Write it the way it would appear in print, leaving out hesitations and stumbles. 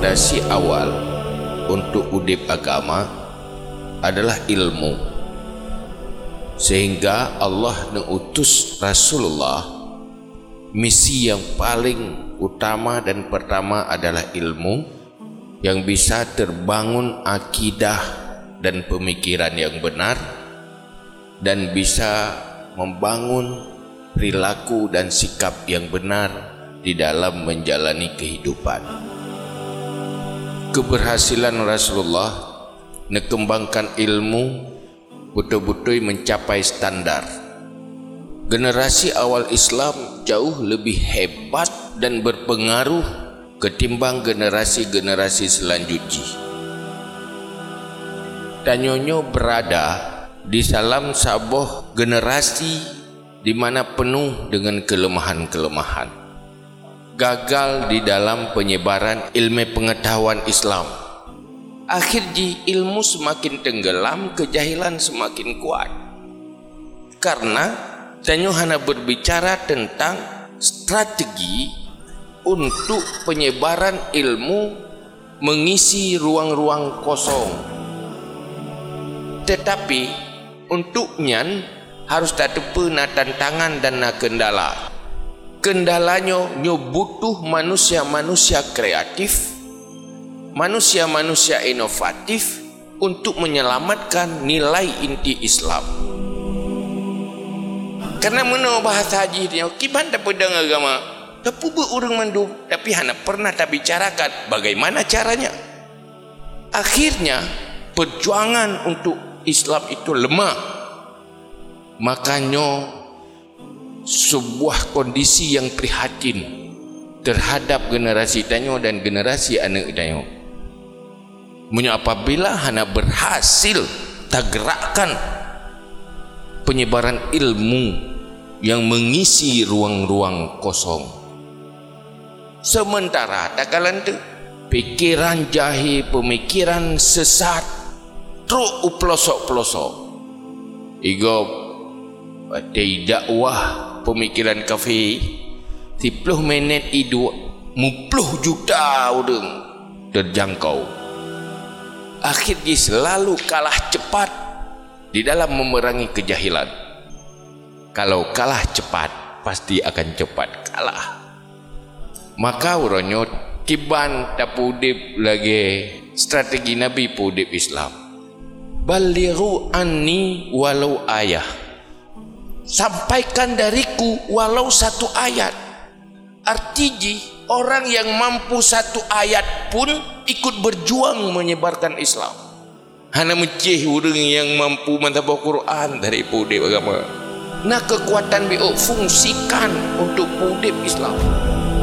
pondasi awal untuk udip agama adalah ilmu, sehingga Allah mengutus Rasulullah. Misi yang paling utama dan pertama adalah ilmu yang bisa terbangun akidah dan pemikiran yang benar, dan bisa membangun perilaku dan sikap yang benar di dalam menjalani kehidupan. Keberhasilan Rasulullah mengembangkan ilmu betul-betul mencapai standar. Generasi awal Islam jauh lebih hebat dan berpengaruh ketimbang generasi-generasi selanjutnya. Tanyonyo berada di dalam sebuah generasi di mana penuh dengan kelemahan-kelemahan. Gagal di dalam penyebaran ilmu pengetahuan Islam. Akhirnya ilmu semakin tenggelam, kejahilan semakin kuat. Karena Tanyo hanya berbicara tentang strategi untuk penyebaran ilmu mengisi ruang-ruang kosong. Tetapi untuknya harus terdepa na tantangan dan na kendala. Kendalanya nyo butuh manusia-manusia kreatif, manusia-manusia inovatif untuk menyelamatkan nilai inti Islam. Karena mana bahasa haji dia kiban tak pedang agama, tapi berurang mandu, tapi hanya pernah tak bicarakan bagaimana caranya. Akhirnya perjuangan untuk Islam itu lemah. Makanya sebuah kondisi yang prihatin terhadap generasi Tanyo dan generasi anak Tanyo. Apabila hanya berhasil tergerakkan penyebaran ilmu yang mengisi ruang-ruang kosong. Sementara tak kalan tu pikiran jahil, pemikiran sesat teruk pelosok-pelosok. Igo tidak wah pemikiran kafir 10 minit itu 10 juta orang terjangkau. Akhirnya selalu kalah cepat di dalam memerangi kejahilan. Kalau kalah cepat, pasti akan cepat kalah. Maka uronyo kiban tapudip lagi strategi Nabi pudip Islam. Balighu anni walau ayah. Sampaikan dariku walau satu ayat. Artinya orang yang mampu satu ayat pun ikut berjuang menyebarkan Islam. Hana mencih orang yang mampu mentadabur Quran dari pudip agama. Nah kekuatan biok fungsikan untuk pudip Islam.